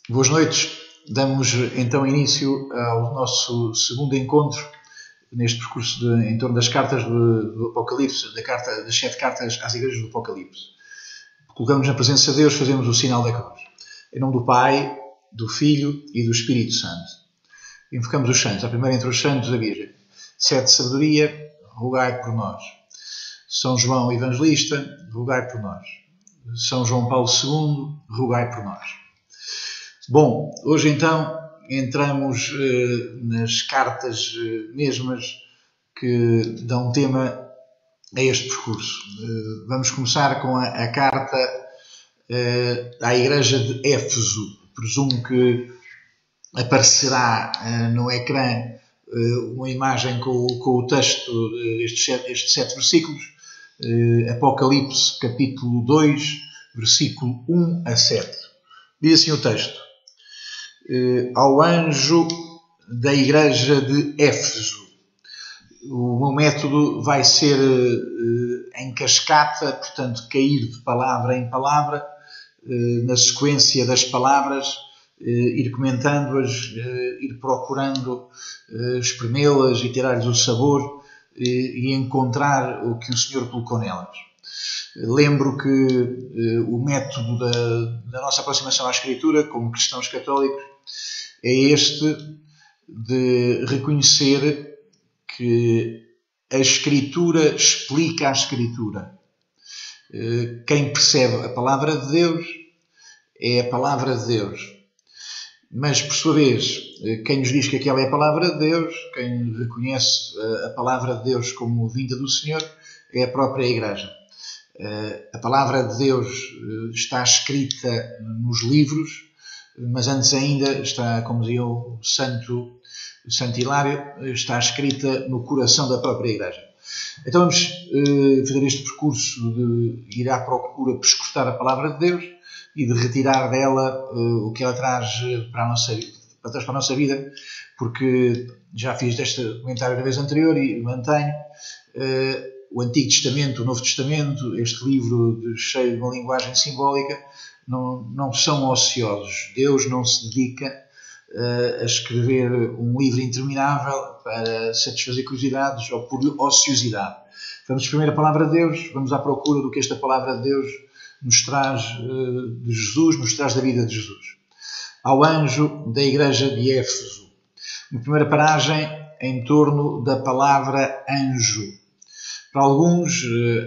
Boas noites. Damos então início ao nosso segundo encontro neste percurso em torno das cartas do Apocalipse, das 7 cartas às igrejas do Apocalipse. Colocamos na presença de Deus, fazemos o sinal da cruz. Em nome do Pai, do Filho e do Espírito Santo. Invocamos os santos. A primeira entre os santos, a Virgem. Sede de sabedoria, rogai por nós. São João Evangelista, rogai por nós. São João Paulo II, rogai por nós. Bom, hoje então entramos nas cartas mesmas que dão tema a este percurso. Vamos começar com a carta à igreja de Éfeso. Presumo que aparecerá no ecrã uma imagem com o texto destes 7 versículos. Apocalipse capítulo 2, versículo 1 a 7. Diz assim o texto. Ao anjo da igreja de Éfeso. O meu método vai ser em cascata, portanto, cair de palavra em palavra, na sequência das palavras, ir comentando-as, ir procurando espremê-las e tirar-lhes o sabor e encontrar o que o Senhor colocou nelas. Lembro que o método da nossa aproximação à Escritura, como cristãos católicos, é este de reconhecer que a Escritura explica a Escritura. Quem percebe a palavra de Deus é a palavra de Deus. Mas, por sua vez, quem nos diz que aquela é a palavra de Deus, quem reconhece a palavra de Deus como vinda do Senhor, é a própria Igreja. A palavra de Deus está escrita nos livros, mas antes ainda está, como dizia o Santo Hilário, está escrita no coração da própria Igreja. Então vamos fazer este percurso de ir à procura, pescostar a palavra de Deus e de retirar dela o que ela traz para a nossa vida, porque já fiz este comentário na vez anterior e mantenho. O Antigo Testamento, o Novo Testamento, este livro cheio de uma linguagem simbólica, não são ociosos. Deus não se dedica a escrever um livro interminável para satisfazer curiosidades ou por ociosidade. Vamos primeiro a palavra de Deus, vamos à procura do que esta palavra de Deus nos traz de Jesus, nos traz da vida de Jesus. Ao anjo da igreja de Éfeso. Uma primeira paragem em torno da palavra anjo. Para alguns,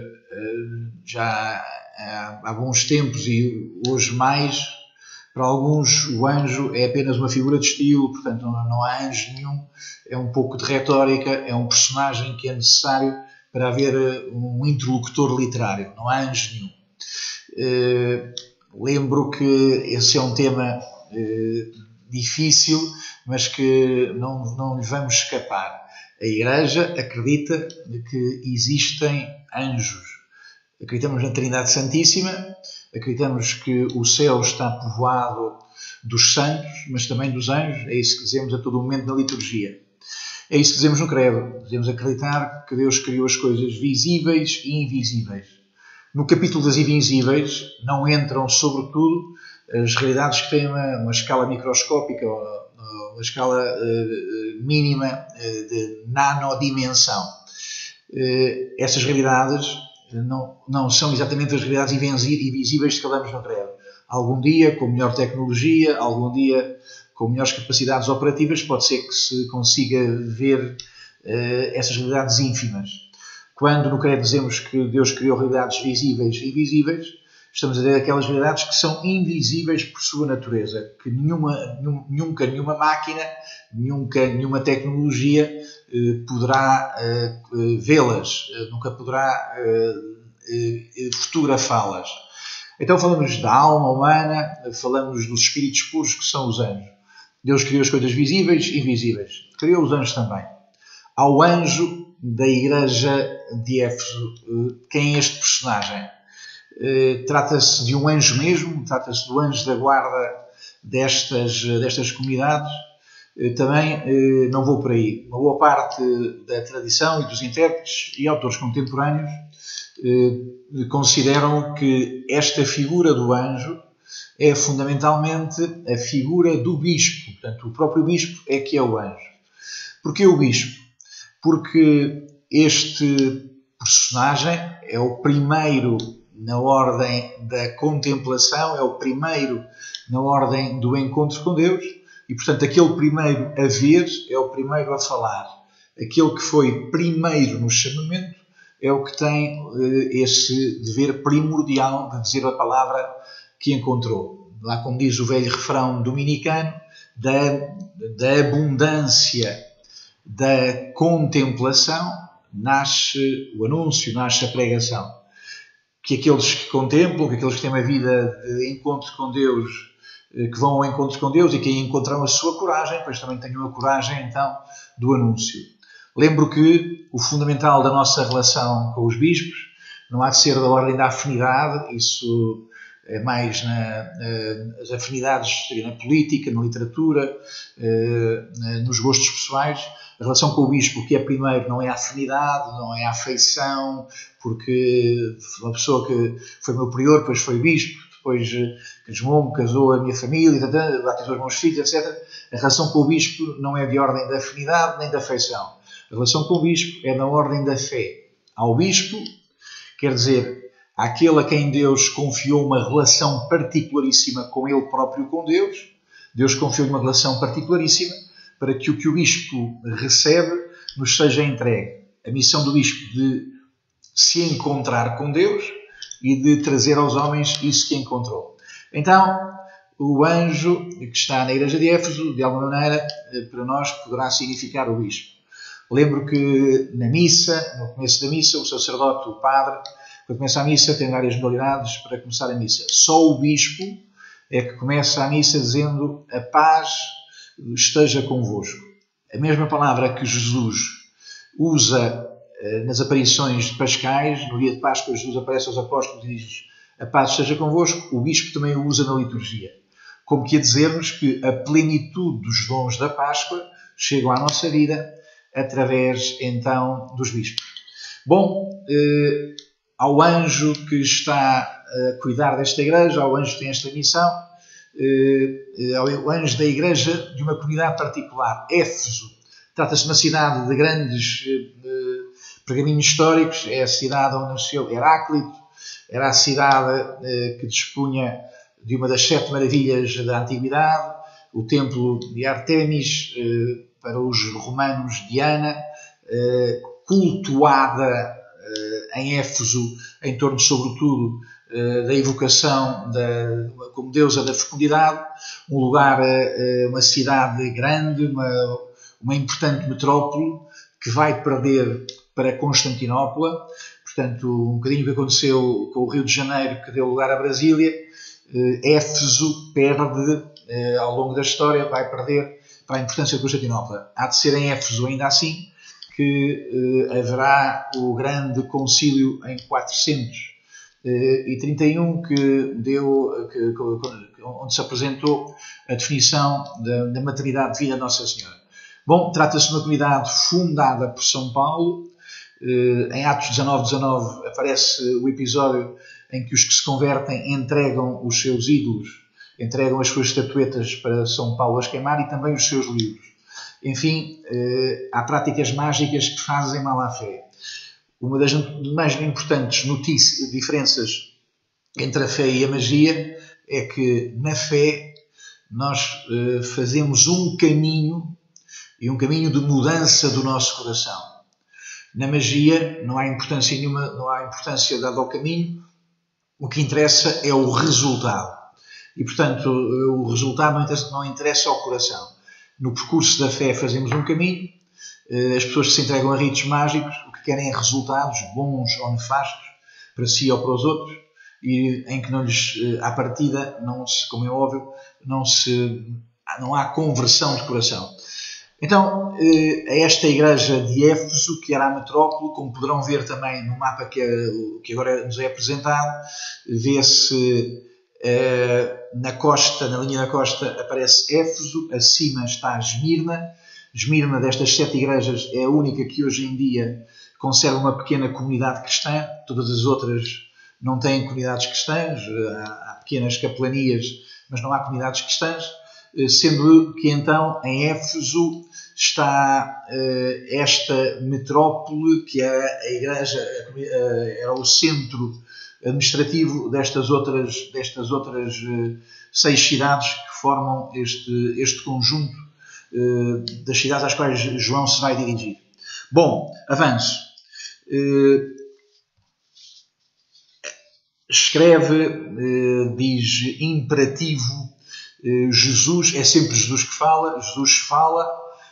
já há bons tempos e hoje mais, para alguns o anjo é apenas uma figura de estilo, portanto não há anjo nenhum, é um pouco de retórica, é um personagem que é necessário para haver um interlocutor literário, não há anjo nenhum. Lembro que esse é um tema difícil, mas que não lhe vamos escapar. A Igreja acredita que existem anjos. Acreditamos na Trindade Santíssima, acreditamos que o céu está povoado dos santos, mas também dos anjos. É isso que dizemos a todo momento na liturgia. É isso que dizemos no credo. Devemos acreditar que Deus criou as coisas visíveis e invisíveis. No capítulo das invisíveis não entram, sobretudo, as realidades que têm uma escala microscópica, uma escala mínima de nanodimensão. Essas realidades não são exatamente as realidades invisíveis que falamos no credo. Algum dia, com melhor tecnologia, algum dia com melhores capacidades operativas, pode ser que se consiga ver essas realidades ínfimas. Quando no credo dizemos que Deus criou realidades visíveis e invisíveis, estamos a dizer aquelas realidades que são invisíveis por sua natureza, que nunca nenhuma máquina, nunca nenhuma tecnologia poderá vê-las, nunca poderá fotografá-las. Então falamos da alma humana, falamos dos espíritos puros que são os anjos. Deus criou as coisas visíveis e invisíveis. Criou os anjos também. Ao anjo da igreja de Éfeso, quem é este personagem? Trata-se de um anjo mesmo, trata-se do anjo da guarda destas comunidades. Também não vou por aí. Uma boa parte da tradição e dos intérpretes e autores contemporâneos consideram que esta figura do anjo é fundamentalmente a figura do bispo. Portanto, o próprio bispo é que é o anjo. Porquê o bispo? Porque este personagem é o primeiro na ordem da contemplação, é o primeiro na ordem do encontro com Deus e, portanto, aquele primeiro a ver é o primeiro a falar. Aquele que foi primeiro no chamamento é o que tem esse dever primordial de dizer a palavra que encontrou. Lá como diz o velho refrão dominicano, da abundância da contemplação nasce o anúncio, nasce a pregação. Que aqueles que contemplam, que aqueles que têm uma vida de encontro com Deus, que vão ao encontro com Deus e que aí encontram a sua coragem, pois também tenham a coragem, então, do anúncio. Lembro que o fundamental da nossa relação com os bispos não há de ser da ordem da afinidade, isso é mais as afinidades na política, na literatura, nos gostos pessoais. A relação com o bispo, que é primeiro, não é a afinidade, não é a afeição, porque uma pessoa que foi meu prior, depois foi bispo, depois casou-me, casou a minha família, batizou os meus filhos, etc. A relação com o bispo não é de ordem da afinidade nem da afeição. A relação com o bispo é na ordem da fé. Ao bispo, quer dizer, àquele a quem Deus confiou uma relação particularíssima com ele próprio, com Deus. Deus confiou-lhe uma relação particularíssima para que o bispo recebe nos seja entregue. A missão do bispo de se encontrar com Deus e de trazer aos homens isso que encontrou. Então, o anjo que está na igreja de Éfeso, de alguma maneira, para nós, poderá significar o bispo. Lembro que na missa, no começo da missa, o sacerdote, o padre, quando começa a missa, tem várias modalidades para começar a missa. Só o bispo é que começa a missa dizendo a paz esteja convosco. A mesma palavra que Jesus usa nas aparições pascais, no dia de Páscoa, Jesus aparece aos apóstolos e diz a paz esteja convosco, o bispo também o usa na liturgia. Como que a dizer-nos que a plenitude dos dons da Páscoa chegam à nossa vida através, então, dos bispos. Bom, ao anjo que está a cuidar desta igreja, ao anjo que tem esta missão, ao anjo da igreja de uma comunidade particular, Éfeso. Trata-se de uma cidade de grandes pergaminhos históricos, é a cidade onde nasceu Heráclito, era a cidade que dispunha de uma das 7 maravilhas da antiguidade, o templo de Artemis, para os romanos Diana, cultuada em Éfeso em torno, sobretudo, da evocação como deusa da fecundidade, um lugar, uma cidade grande, uma importante metrópole que vai perder para Constantinopla. Portanto, um bocadinho o que aconteceu com o Rio de Janeiro, que deu lugar a Brasília, Éfeso perde, ao longo da história, vai perder para a importância de Constantinopla. Há de ser em Éfeso, ainda assim, que haverá o grande concílio em 431, onde se apresentou a definição da maternidade divina de Nossa Senhora. Bom, trata-se de uma comunidade fundada por São Paulo. Em Atos 19 aparece o episódio em que os que se convertem entregam os seus ídolos, entregam as suas estatuetas para São Paulo as queimar e também os seus livros. Enfim, há práticas mágicas que fazem mal à fé. Uma das mais importantes diferenças entre a fé e a magia é que na fé nós fazemos um caminho, e um caminho de mudança do nosso coração. Na magia não há importância nenhuma, não há importância dada ao caminho, o que interessa é o resultado. E, portanto, o resultado não interessa ao coração. No percurso da fé fazemos um caminho, as pessoas que se entregam a ritos mágicos, o que querem é resultados bons ou nefastos, para si ou para os outros, e em que não lhes, à partida, como é óbvio, não há conversão de coração. Então, esta igreja de Éfeso, que era a metrópole, como poderão ver também no mapa que agora nos é apresentado, vê-se na linha da costa aparece Éfeso, acima está Esmirna. Esmirna, destas 7 igrejas, é a única que hoje em dia conserva uma pequena comunidade cristã. Todas as outras não têm comunidades cristãs. Há pequenas capelanias, mas não há comunidades cristãs, sendo que então em Éfeso está esta metrópole, que é a igreja, era o centro administrativo destas outras 6 cidades que formam este conjunto das cidades às quais João se vai dirigir. Bom, avanço. Escreve, diz imperativo, Jesus, é sempre Jesus que fala, Jesus fala,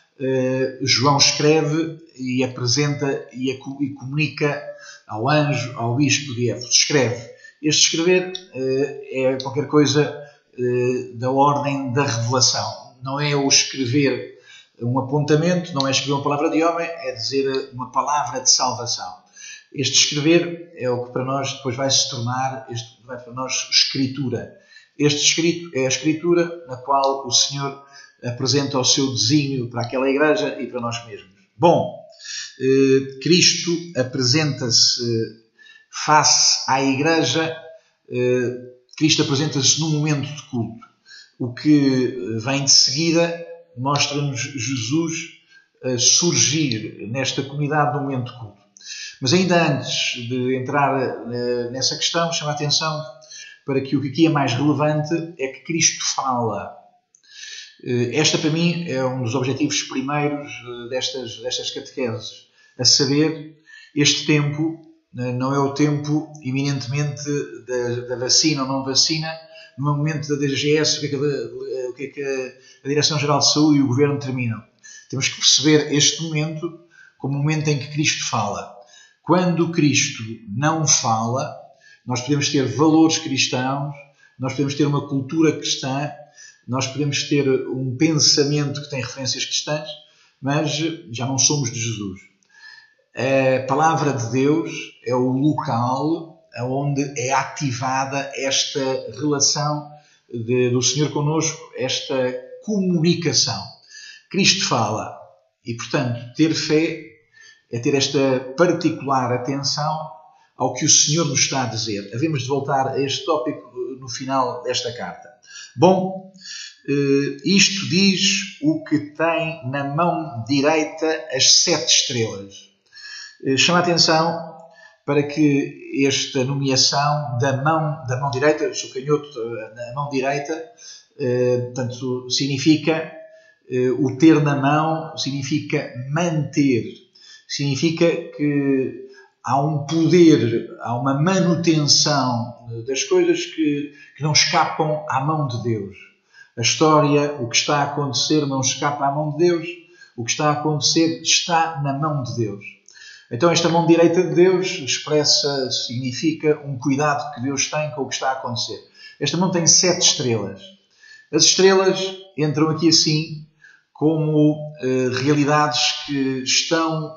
João escreve e apresenta e comunica ao anjo, ao bispo de Éfeso. Escreve. Este escrever é qualquer coisa da ordem da revelação. Não é o escrever um apontamento, não é escrever uma palavra de homem, é dizer uma palavra de salvação. Este escrever é o que para nós depois vai se tornar, vai para nós escritura. Este escrito é a escritura na qual o Senhor apresenta o seu desígnio para aquela igreja e para nós mesmos. Bom, Cristo apresenta-se face à igreja, Cristo apresenta-se num momento de culto. O que vem de seguida mostra-nos Jesus surgir nesta comunidade no momento de culto. Mas ainda antes de entrar nessa questão, chama a atenção para que o que aqui é mais relevante é que Cristo fala. Esta, para mim, é um dos objetivos primeiros destas catequeses. A saber, este tempo não é o tempo eminentemente da vacina ou não vacina. No momento da DGS, o que é que a Direção-Geral de Saúde e o Governo determinam. Temos que perceber este momento como o momento em que Cristo fala. Quando Cristo não fala, nós podemos ter valores cristãos, nós podemos ter uma cultura cristã, nós podemos ter um pensamento que tem referências cristãs, mas já não somos de Jesus. A palavra de Deus é o local onde é ativada esta relação do Senhor connosco, esta comunicação. Cristo fala e, portanto, ter fé é ter esta particular atenção ao que o Senhor nos está a dizer. Havemos de voltar a este tópico no final desta carta. Bom, isto diz o que tem na mão direita as 7 estrelas. Chama a atenção para que esta nomeação da mão direita, sou canhoto, na mão direita, portanto, significa, o ter na mão significa manter. Significa que há um poder, há uma manutenção das coisas que não escapam à mão de Deus. A história, o que está a acontecer não escapa à mão de Deus. O que está a acontecer está na mão de Deus. Então esta mão direita de Deus significa um cuidado que Deus tem com o que está a acontecer. Esta mão tem 7 estrelas. As estrelas entram aqui assim como realidades que estão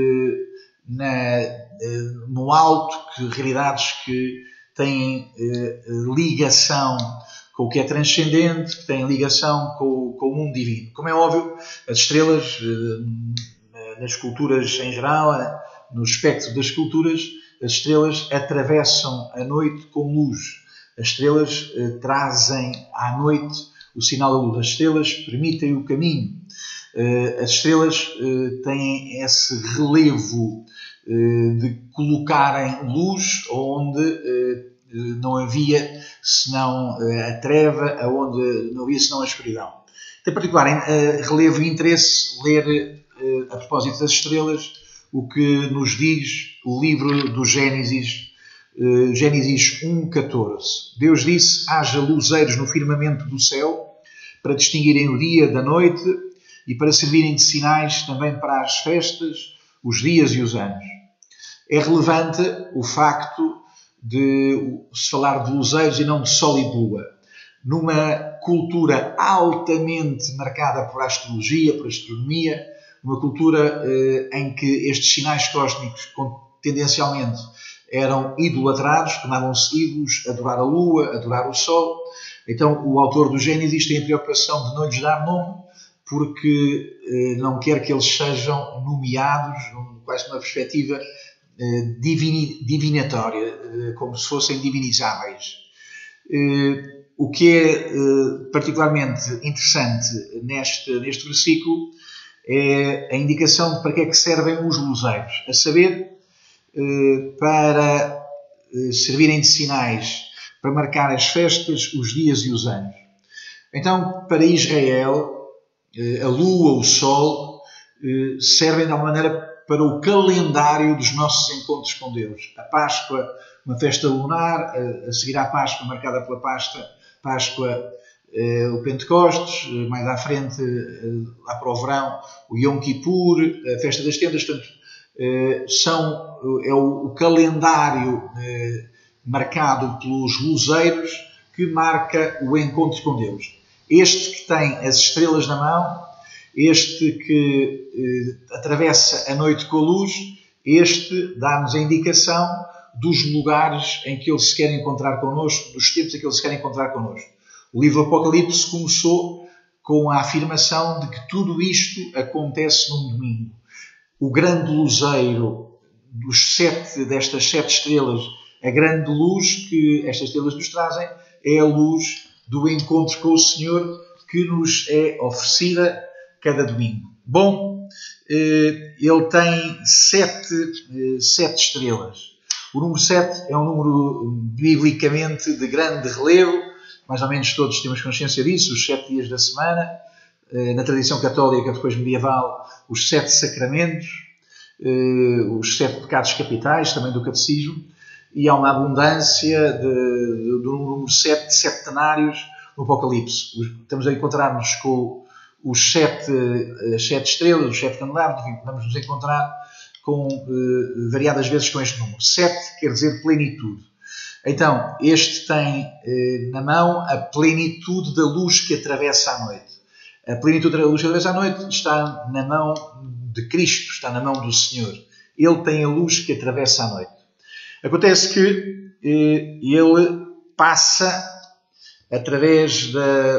no alto, realidades que têm ligação com o que é transcendente, que têm ligação com o mundo divino. Como é óbvio, as estrelas, nas culturas em geral, no espectro das culturas, as estrelas atravessam a noite com luz. As estrelas trazem à noite o sinal da luz. As estrelas permitem o caminho. As estrelas têm esse relevo de colocarem luz onde não havia senão a treva, onde não havia senão a escuridão. Tem particular relevo e interesse ler, a propósito das estrelas, o que nos diz o livro do Gênesis, Gênesis 1:14. Deus disse: haja luzeiros no firmamento do céu, para distinguirem o dia da noite e para servirem de sinais também para as festas, os dias e os anos. É relevante o facto de se falar de luzeiros e não de sol e lua. Numa cultura altamente marcada por astrologia, por astronomia, uma cultura em que estes sinais cósmicos tendencialmente eram idolatrados, tornavam-se ídolos, adorar a lua, adorar o sol. Então o autor do Gênesis tem a preocupação de não lhes dar nome, porque não quer que eles sejam nomeados, quase uma perspectiva divinatória, como se fossem divinizáveis. O que é particularmente interessante neste versículo é a indicação de para que é que servem os luzeiros, a saber, para servirem de sinais, para marcar as festas, os dias e os anos. Então, para Israel, a lua, o sol, servem de alguma maneira para o calendário dos nossos encontros com Deus. A Páscoa, uma festa lunar, a seguir à Páscoa, marcada pela Páscoa, o Pentecostes, mais à frente, lá para o verão, o Yom Kippur, a festa das tendas. Portanto, é o calendário marcado pelos luzeiros que marca o encontro com Deus. Este que tem as estrelas na mão, este que atravessa a noite com a luz, este dá-nos a indicação dos lugares em que Ele se quer encontrar connosco, dos tempos em que Ele se quer encontrar connosco. O livro Apocalipse começou com a afirmação de que tudo isto acontece num domingo. O grande luzeiro destas 7 estrelas, a grande luz que estas estrelas nos trazem, é a luz do encontro com o Senhor que nos é oferecida cada domingo. Bom, ele tem 7 estrelas. O número 7 é um número biblicamente de grande relevo, mais ou menos todos temos consciência disso, os 7 dias da semana, na tradição católica, depois medieval, os 7 sacramentos, os 7 pecados capitais, também do catecismo, e há uma abundância do número 7 de septenários no Apocalipse. Estamos a encontrar-nos com as 7 estrelas, os 7 candelabros, vamos nos encontrar variadas vezes com este número. 7 quer dizer plenitude. Então, este tem na mão a plenitude da luz que atravessa a noite. A plenitude da luz que atravessa a noite está na mão de Cristo, está na mão do Senhor. Ele tem a luz que atravessa a noite. Acontece que ele passa através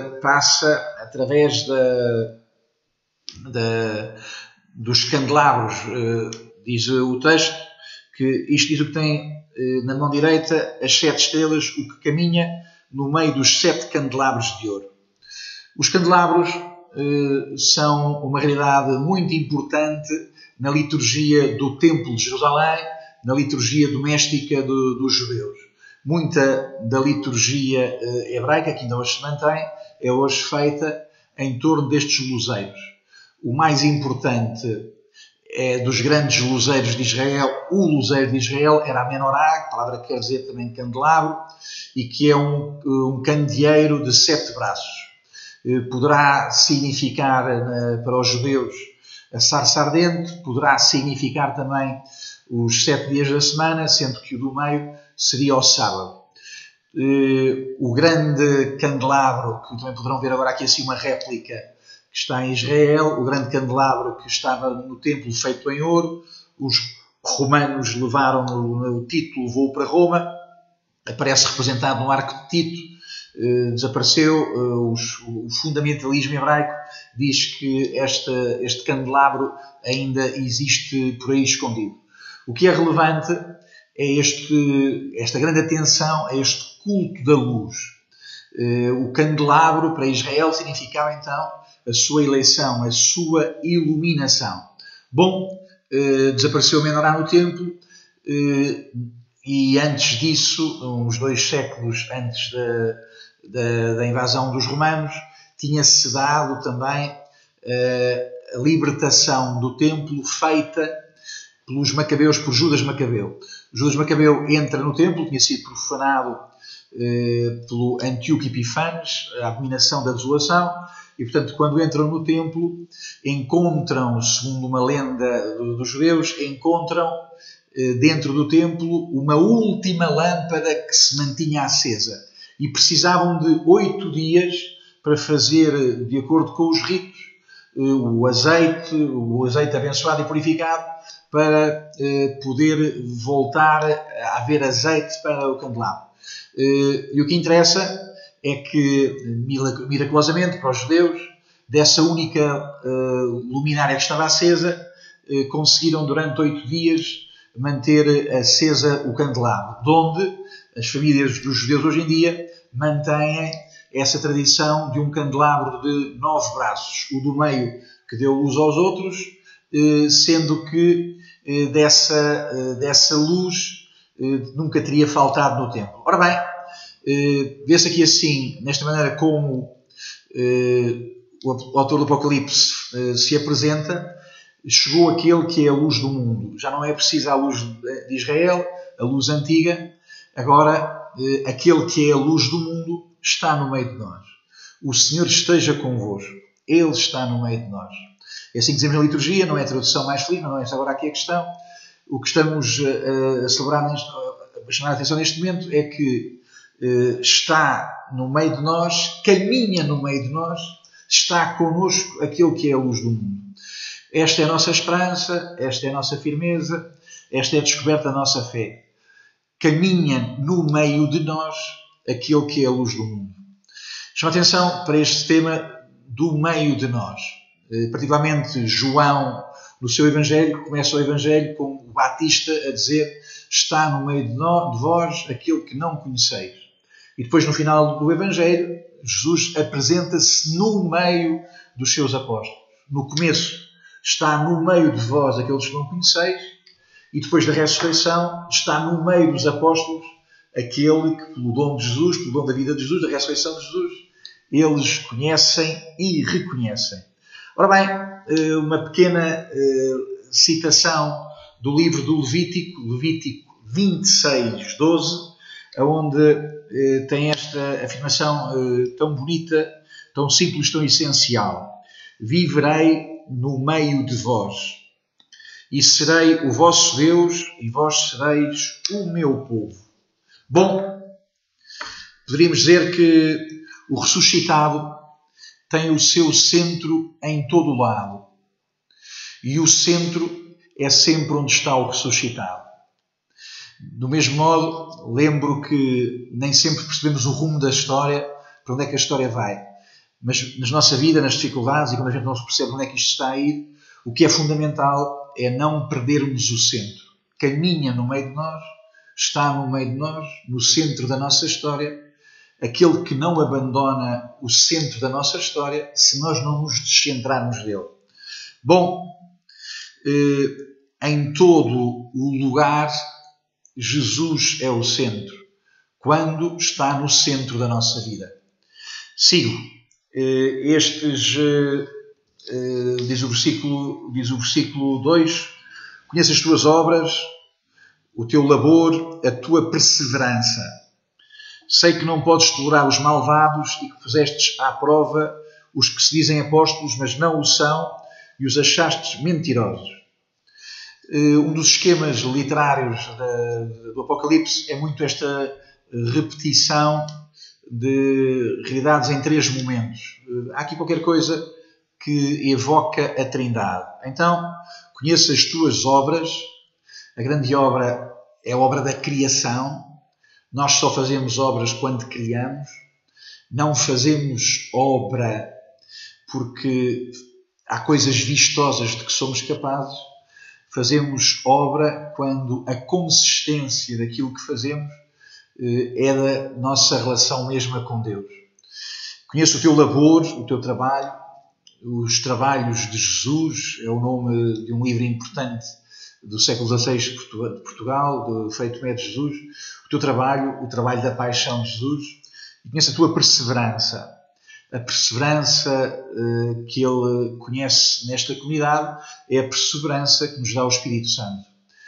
dos candelabros, diz o texto, que isto diz o que tem na mão direita as 7 estrelas, o que caminha no meio dos 7 candelabros de ouro. Os candelabros são uma realidade muito importante na liturgia do Templo de Jerusalém, na liturgia doméstica dos judeus. Muita da liturgia hebraica, que ainda hoje se mantém, é hoje feita em torno destes luzeiros. O mais importante dos grandes luzeiros de Israel, o luzeiro de Israel era a menorá, a palavra que quer dizer também candelabro, e que é um candeeiro de 7 braços. Poderá significar para os judeus a sarça ardente, poderá significar também os 7 dias da semana, sendo que o do meio seria o sábado. O grande candelabro, que também poderão ver agora aqui assim uma réplica, que está em Israel, o grande candelabro que estava no templo feito em ouro, os romanos levaram o Tito, levou para Roma, aparece representado no arco de Tito, desapareceu. O fundamentalismo hebraico diz que este candelabro ainda existe por aí escondido. O que é relevante é esta grande atenção a este culto da luz. O candelabro para Israel significava então a sua eleição, a sua iluminação. Bom, desapareceu a menorá no templo e antes disso, uns 2 séculos antes da invasão dos romanos, tinha-se dado também a libertação do templo feita pelos Macabeus, por Judas Macabeu. Judas Macabeu entra no templo, tinha sido profanado pelo Antíoco Epifanes, a abominação da desolação, e portanto quando entram no templo encontram, segundo uma lenda dos judeus, encontram dentro do templo uma última lâmpada que se mantinha acesa e precisavam de 8 dias para fazer, de acordo com os ritos, o azeite abençoado e purificado para poder voltar a haver azeite para o candelabro. E o que interessa é que, miraculosamente, para os judeus, dessa única luminária que estava acesa, conseguiram durante 8 dias manter acesa o candelabro, de onde as famílias dos judeus hoje em dia mantêm essa tradição de um candelabro de 9 braços, o do meio que deu luz aos outros, sendo que dessa luz nunca teria faltado no templo. Ora bem, vê-se aqui assim, nesta maneira como o autor do Apocalipse se apresenta. Chegou aquele que é a luz do mundo. Já não é preciso a luz de Israel, a luz antiga. Agora, aquele que é a luz do mundo está no meio de nós. O Senhor esteja convosco. Ele está no meio de nós. É assim que dizemos na liturgia, não é a tradução mais feliz, não é esta agora aqui a questão. O que estamos a celebrar, a chamar a atenção neste momento, é que está no meio de nós, caminha no meio de nós, está connosco aquele que é a luz do mundo. Esta é a nossa esperança, esta é a nossa firmeza, esta é a descoberta da nossa fé. Caminha no meio de nós aquele que é a luz do mundo. Chama atenção para este tema do meio de nós. Particularmente João, no seu Evangelho, começa o Evangelho com o Batista a dizer: está no meio de vós aquele que não conheceis. E depois, no final do Evangelho, Jesus apresenta-se no meio dos seus apóstolos. No começo, está no meio de vós aqueles que não conheceis, e depois da ressurreição está no meio dos apóstolos aquele que, pelo dom de Jesus, pelo dom da vida de Jesus, da ressurreição de Jesus, eles conhecem e reconhecem. Ora bem, uma pequena citação do livro do Levítico 26, 12, onde tem esta afirmação tão bonita, tão simples, tão essencial. Viverei no meio de vós, e serei o vosso Deus, e vós sereis o meu povo. Bom, poderíamos dizer que o ressuscitado tem o seu centro em todo o lado, e o centro é sempre onde está o ressuscitado. Do mesmo modo, lembro que nem sempre percebemos o rumo da história, para onde é que a história vai. Mas na nossa vida, nas dificuldades, e quando a gente não se percebe onde é que isto está a ir, o que é fundamental é não perdermos o centro. Caminha no meio de nós, está no meio de nós, no centro da nossa história. Aquele que não abandona o centro da nossa história, se nós não nos descentrarmos dele. Bom, em todo o lugar, Jesus é o centro, quando está no centro da nossa vida. Sigo. Diz o versículo 2, conheço as tuas obras, o teu labor, a tua perseverança. Sei que não podes tolerar os malvados e que pusestes à prova os que se dizem apóstolos, mas não o são, e os achastes mentirosos. Um dos esquemas literários do Apocalipse é muito esta repetição de realidades em 3 momentos. Há aqui qualquer coisa que evoca a Trindade. Então, conheço as tuas obras. A grande obra é a obra da criação. Nós só fazemos obras quando criamos. Não fazemos obra porque há coisas vistosas de que somos capazes. Fazemos obra quando a consistência daquilo que fazemos é da nossa relação mesma com Deus. Conheço o teu labor, o teu trabalho, os trabalhos de Jesus, é o nome de um livro importante do século XVI de Portugal, do Frei Tomé de Jesus. O teu trabalho, o trabalho da paixão de Jesus. E conheço a tua perseverança. A perseverança que ele conhece nesta comunidade é a perseverança que nos dá o Espírito Santo.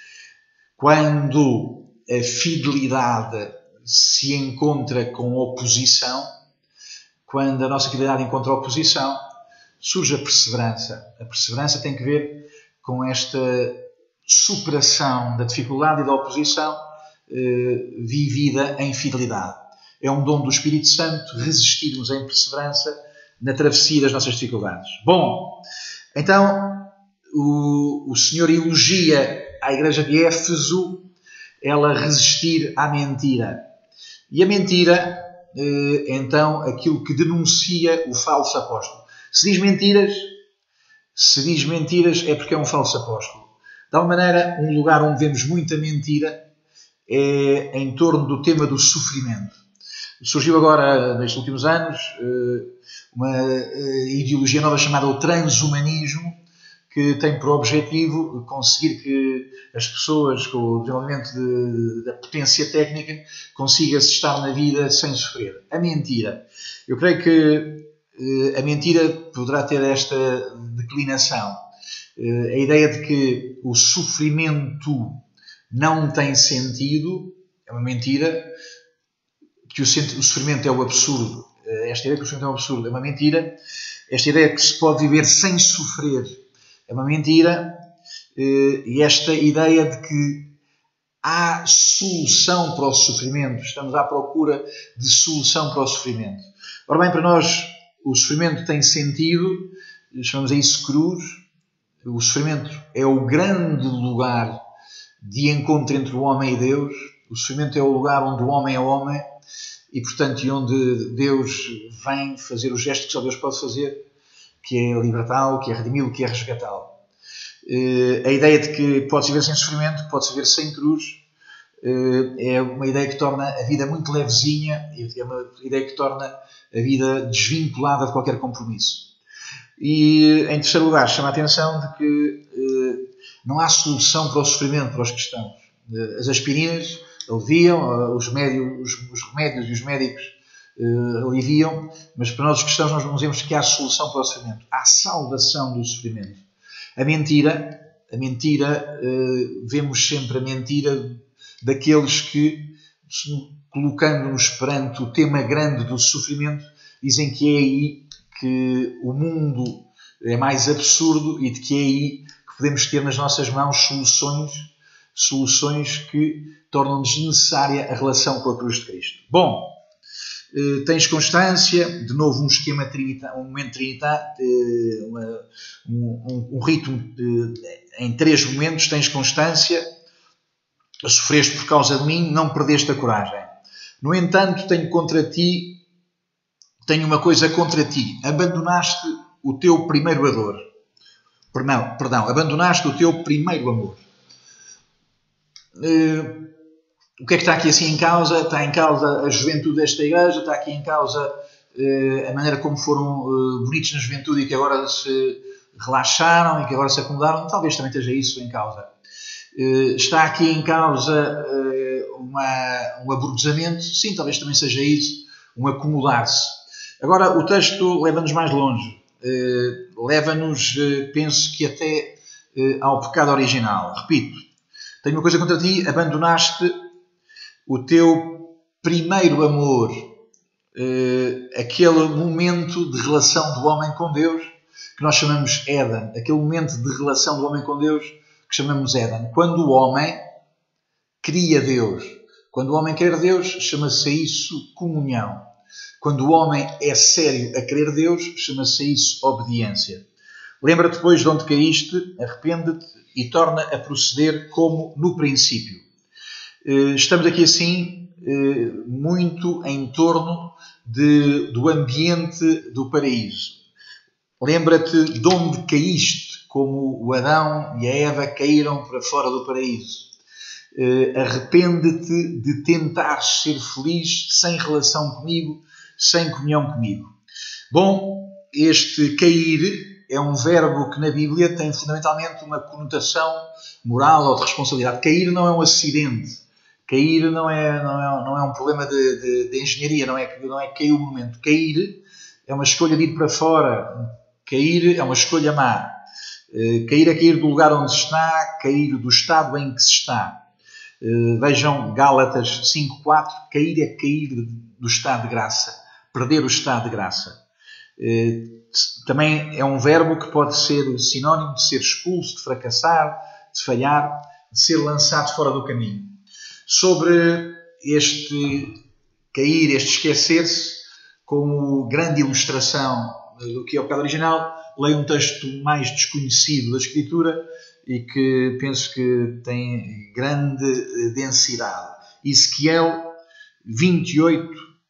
Quando a fidelidade se encontra com oposição, quando a nossa fidelidade encontra oposição, surge a perseverança. A perseverança tem que ver com esta superação da dificuldade e da oposição vivida em fidelidade. É um dom do Espírito Santo resistirmos em perseverança na travessia das nossas dificuldades. Bom, então o Senhor elogia à igreja de Éfeso ela resistir à mentira. E a mentira, então, aquilo que denuncia o falso apóstolo. Se diz mentiras é porque é um falso apóstolo. De alguma maneira, um lugar onde vemos muita mentira é em torno do tema do sofrimento. Surgiu agora, nestes últimos anos, uma ideologia nova chamada o transhumanismo, que tem por objetivo conseguir que as pessoas, com o desenvolvimento da potência técnica, consigam-se estar na vida sem sofrer. A mentira. Eu creio que a mentira poderá ter esta declinação. A ideia de que o sofrimento não tem sentido é uma mentira, que o sofrimento é o absurdo. Esta ideia de que o sofrimento é um absurdo é uma mentira. Esta ideia de que se pode viver sem sofrer é uma mentira. E esta ideia de que há solução para o sofrimento, estamos à procura de solução para o sofrimento. Ora bem, para nós o sofrimento tem sentido, chamamos a isso cruz. O sofrimento é o grande lugar de encontro entre o homem e Deus. O sofrimento é o lugar onde o homem é homem e, portanto, onde Deus vem fazer o gesto que só Deus pode fazer, que é libertá-lo, que é redimi-lo, que é resgatá-lo. A ideia de que pode-se viver sem sofrimento, pode-se viver sem cruz, é uma ideia que torna a vida muito levezinha, é uma ideia que torna a vida desvinculada de qualquer compromisso. E, em terceiro lugar, chama a atenção de que não há solução para o sofrimento para os cristãos. As aspirinas aliviam, os remédios e os médicos aliviam, mas para nós os cristãos nós não dizemos que há solução para o sofrimento. Há salvação do sofrimento. A mentira, vemos sempre a mentira daqueles que, colocando-nos perante o tema grande do sofrimento, dizem que é aí que o mundo é mais absurdo e de que é aí que podemos ter nas nossas mãos soluções que tornam desnecessária a relação com a cruz de Cristo. Bom, tens constância, de novo um esquema um momento trinitário, um ritmo em 3 momentos, tens constância, sofreste por causa de mim, não perdeste a coragem. No entanto, tenho uma coisa contra ti, abandonaste o teu primeiro amor. Perdão, abandonaste o teu primeiro amor. O que é que está aqui assim em causa? Está em causa a juventude desta igreja, está aqui em causa a maneira como foram bonitos na juventude e que agora se relaxaram e que agora se acomodaram. Talvez também esteja isso em causa. Está aqui em causa um aborrecimento. Sim, talvez também seja isso, um acomodar-se. Agora, o texto leva-nos mais longe. Leva-nos, penso que até ao pecado original. Repito, tenho uma coisa contra ti, abandonaste o teu primeiro amor, aquele momento de relação do homem com Deus, que nós chamamos Éden, aquele momento de relação do homem com Deus, que chamamos Éden. Quando o homem cria Deus, quando o homem quer Deus, chama-se isso comunhão. Quando o homem é sério a querer Deus, chama-se isso obediência. Lembra-te depois de onde caíste, arrepende-te e torna a proceder como no princípio. Estamos aqui assim muito em torno do ambiente do paraíso. Lembra-te de onde caíste, como o Adão e a Eva caíram para fora do paraíso. Arrepende-te de tentar ser feliz sem relação comigo, sem comunhão comigo. Bom, este cair é um verbo que na Bíblia tem fundamentalmente uma conotação moral ou de responsabilidade. Cair não é um acidente. Cair não é um problema de engenharia, não é que caiu o momento. Cair é uma escolha de ir para fora. Cair é uma escolha má. Cair é cair do lugar onde se está, cair do estado em que se está. Vejam Gálatas 5.4, cair é cair do estado de graça, perder o estado de graça. Também é um verbo que pode ser sinónimo de ser expulso, de fracassar, de falhar, de ser lançado fora do caminho. Sobre este cair, este esquecer-se, como grande ilustração do que é o pecado original, leio um texto mais desconhecido da Escritura e que penso que tem grande densidade. Ezequiel 28,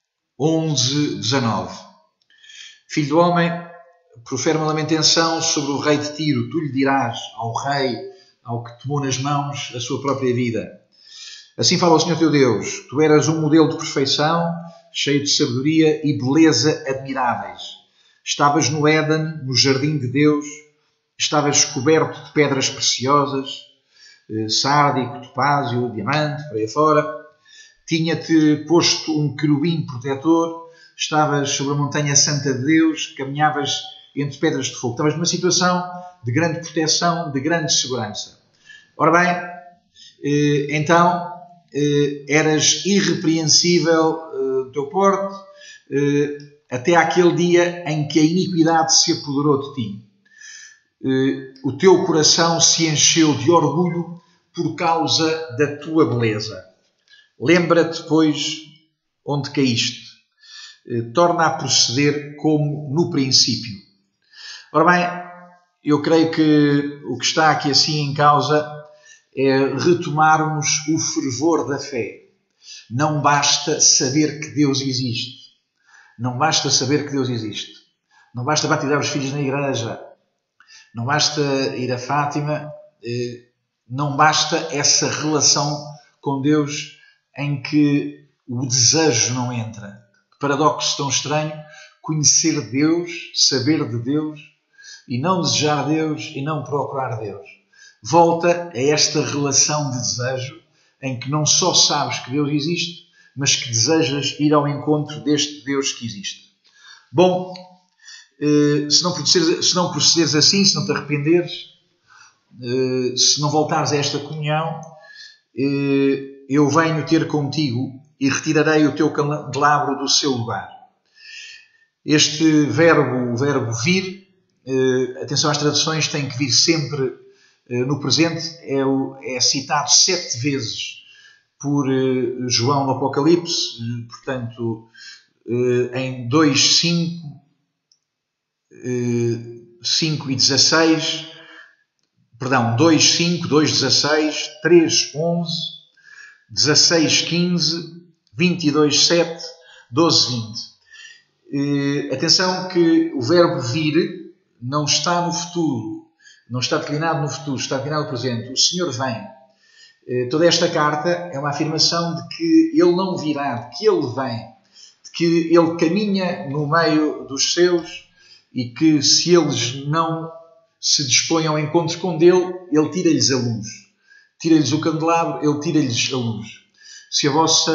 11, 19. Filho do homem, profere uma lamentação sobre o rei de Tiro. Tu lhe dirás ao rei, ao que tomou nas mãos a sua própria vida. Assim fala o Senhor teu Deus. Tu eras um modelo de perfeição, cheio de sabedoria e beleza admiráveis. Estavas no Éden, no jardim de Deus, estavas coberto de pedras preciosas, sárdico, topázio, diamante, por aí fora. Tinha-te posto um querubim protetor, estavas sobre a montanha santa de Deus, caminhavas entre pedras de fogo. Estavas numa situação de grande proteção, de grande segurança. Ora bem, então eras irrepreensível do teu porte, até àquele dia em que a iniquidade se apoderou de ti. O teu coração se encheu de orgulho por causa da tua beleza. Lembra-te, pois, onde caíste. Torna a proceder como no princípio. Ora bem, eu creio que o que está aqui assim em causa é retomarmos o fervor da fé. Não basta saber que Deus existe. Não basta saber que Deus existe. Não basta batizar os filhos na igreja. Não basta ir a Fátima. Não basta essa relação com Deus em que o desejo não entra. Paradoxo tão estranho, conhecer Deus, saber de Deus e não desejar Deus e não procurar Deus. Volta a esta relação de desejo em que não só sabes que Deus existe, mas que desejas ir ao encontro deste Deus que existe. Bom, se não procederes assim, se não te arrependeres, se não voltares a esta comunhão, eu venho ter contigo e retirarei o teu candelabro do seu lugar. Este verbo, o verbo vir, atenção às traduções, tem que vir sempre no presente, é citado 7 vezes por João no Apocalipse, portanto, em 2, 5 e 16, perdão, 2, 5, 2, 16, 3, 11, 16, 15, 22, 7, 12, 20. Atenção que o verbo vir não está no futuro, não está declinado no futuro, está declinado no presente. O Senhor vem. Toda esta carta é uma afirmação de que Ele não virá, de que Ele vem, de que Ele caminha no meio dos seus e que se eles não se dispõem ao encontro com Ele, Ele tira-lhes a luz. Tira-lhes o candelabro, Ele tira-lhes a luz. Se a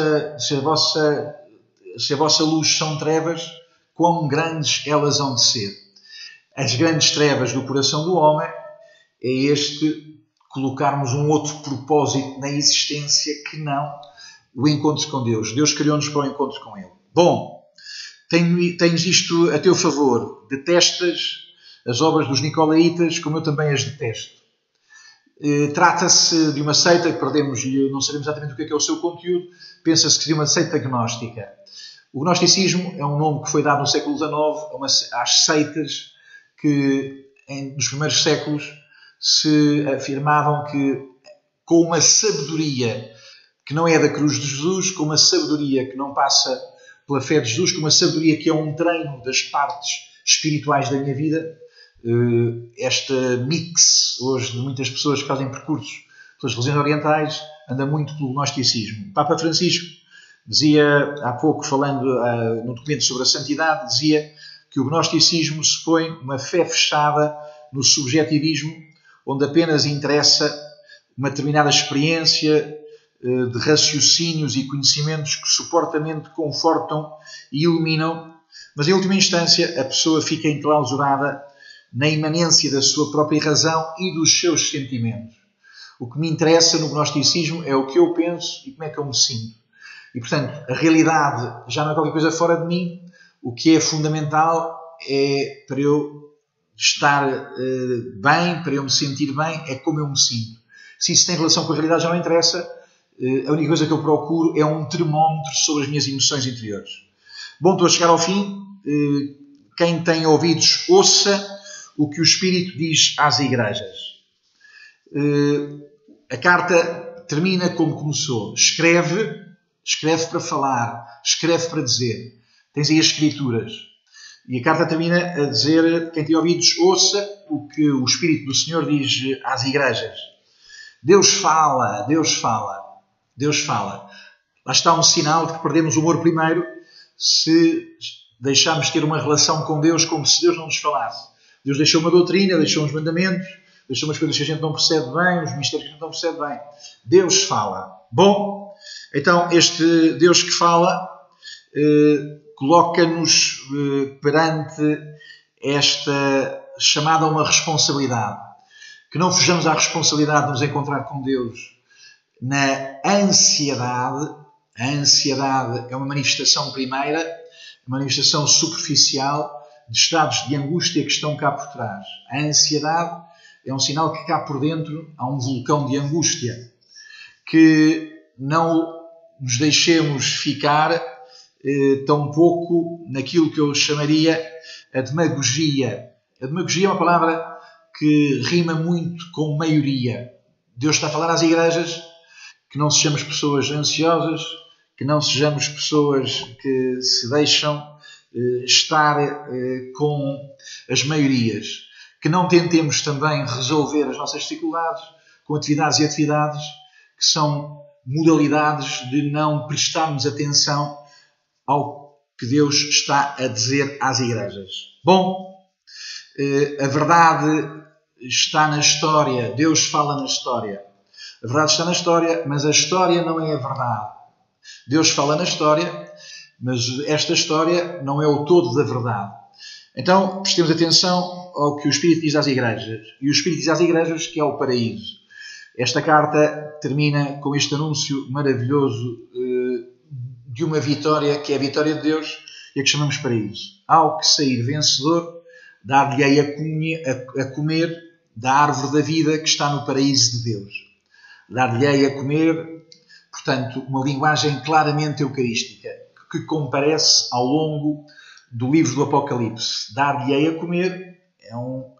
vossa luz são trevas, quão grandes elas hão de ser. As grandes trevas do coração do homem é colocarmos um outro propósito na existência que não o encontro com Deus. Deus criou-nos para o encontro com Ele. Bom, tens isto a teu favor. Detestas as obras dos Nicolaitas, como eu também as detesto. Trata-se de uma seita que perdemos e não sabemos exatamente o que é o seu conteúdo. Pensa-se que seria uma seita gnóstica. O gnosticismo é um nome que foi dado no século XIX às seitas que, nos primeiros séculos, se afirmavam que, com uma sabedoria que não é da cruz de Jesus, com uma sabedoria que não passa pela fé de Jesus, com uma sabedoria que é um treino das partes espirituais da minha vida, esta mix hoje de muitas pessoas que fazem percursos pelas religiões orientais anda muito pelo gnosticismo. O Papa Francisco dizia, há pouco falando no documento sobre a santidade, dizia que o gnosticismo supõe uma fé fechada no subjetivismo, onde apenas interessa uma determinada experiência de raciocínios e conhecimentos que suportamente confortam e iluminam, mas em última instância a pessoa fica enclausurada na imanência da sua própria razão e dos seus sentimentos. O que me interessa no gnosticismo é o que eu penso e como é que eu me sinto. E, portanto, a realidade já não é qualquer coisa fora de mim. O que é fundamental é, para eu estar bem, para eu me sentir bem, é como eu me sinto. Se isso tem relação com a realidade já não interessa. A única coisa que eu procuro é um termómetro sobre as minhas emoções interiores. Bom, estou a chegar ao fim. Quem tem ouvidos, ouça o que o Espírito diz às igrejas. A carta termina como começou. Escreve para falar, escreve para dizer. Tens aí as Escrituras. E a carta termina a dizer, quem tem ouvidos, ouça o que o Espírito do Senhor diz às igrejas. Deus fala, Deus fala, Deus fala. Lá está um sinal de que perdemos o amor primeiro. se deixarmos de ter uma relação com Deus como se Deus não nos falasse. Deus deixou uma doutrina, deixou uns mandamentos, deixou umas coisas que a gente não percebe bem, uns mistérios que a gente não percebe bem. Deus fala. Bom, então este Deus que fala coloca-nos perante esta chamada a uma responsabilidade. Que não fujamos à responsabilidade de nos encontrar com Deus na ansiedade. A ansiedade é uma manifestação primeira, uma manifestação superficial de estados de angústia que estão cá por trás. A ansiedade é um sinal que cá por dentro há um vulcão de angústia. Que não nos deixemos ficar tão pouco naquilo que eu chamaria a demagogia. A demagogia é uma palavra que rima muito com maioria. Deus está a falar às igrejas que não sejamos pessoas ansiosas, que não sejamos pessoas que se deixam estar com as maiorias, que não tentemos também resolver as nossas dificuldades com atividades e atividades que são modalidades de não prestarmos atenção ao que Deus está a dizer às igrejas. Bom, a verdade está na história, Deus fala na história. A verdade está na história, mas a história não é a verdade. Deus fala na história, mas esta história não é o todo da verdade. Então, prestemos atenção ao que o Espírito diz às igrejas. E o Espírito diz às igrejas que é o paraíso. Esta carta termina com este anúncio maravilhoso de uma vitória, que é a vitória de Deus, e a que chamamos paraíso. Ao que sair vencedor, dar-lhe-ei a comer da árvore da vida que está no paraíso de Deus. Dar-lhe-ei a comer, portanto, uma linguagem claramente eucarística, que comparece ao longo do livro do Apocalipse. Dar-lhe-ei a comer é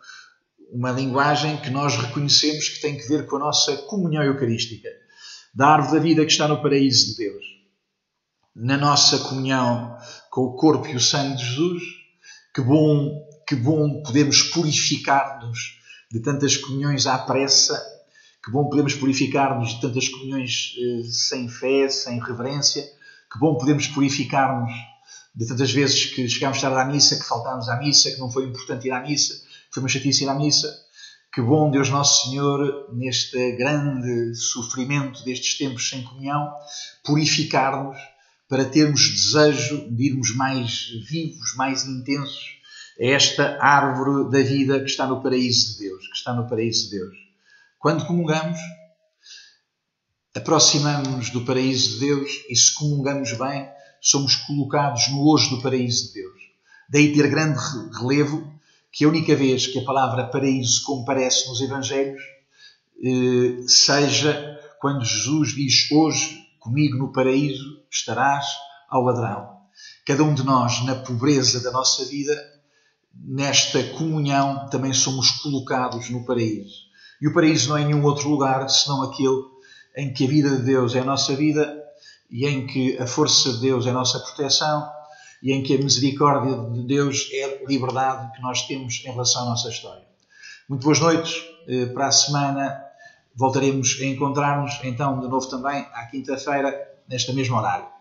uma linguagem que nós reconhecemos que tem que ver com a nossa comunhão eucarística. Da árvore da vida que está no paraíso de Deus. Na nossa comunhão com o corpo e o sangue de Jesus, que bom podemos purificar-nos de tantas comunhões à pressa, que bom podemos purificar-nos de tantas comunhões sem fé, sem reverência, que bom podemos purificar-nos de tantas vezes que chegámos tarde à missa, que faltámos à missa, que não foi importante ir à missa, que foi uma chatice ir à missa. Que bom, Deus Nosso Senhor, neste grande sofrimento destes tempos sem comunhão, purificar-nos para termos desejo de irmos mais vivos, mais intensos a esta árvore da vida que está no paraíso de Deus, que está no paraíso de Deus. Quando comungamos, aproximamos-nos do paraíso de Deus e se comungamos bem, somos colocados no hoje do paraíso de Deus. Daí ter grande relevo que a única vez que a palavra paraíso comparece nos Evangelhos seja quando Jesus diz: hoje comigo no paraíso estarás ao ladrão. Cada um de nós, na pobreza da nossa vida, nesta comunhão, também somos colocados no paraíso. E o paraíso não é nenhum outro lugar senão aquele em que a vida de Deus é a nossa vida e em que a força de Deus é a nossa proteção e em que a misericórdia de Deus é a liberdade que nós temos em relação à nossa história. Muito boas noites. Para a semana voltaremos a encontrar-nos, então, de novo também, à quinta-feira, neste mesmo horário.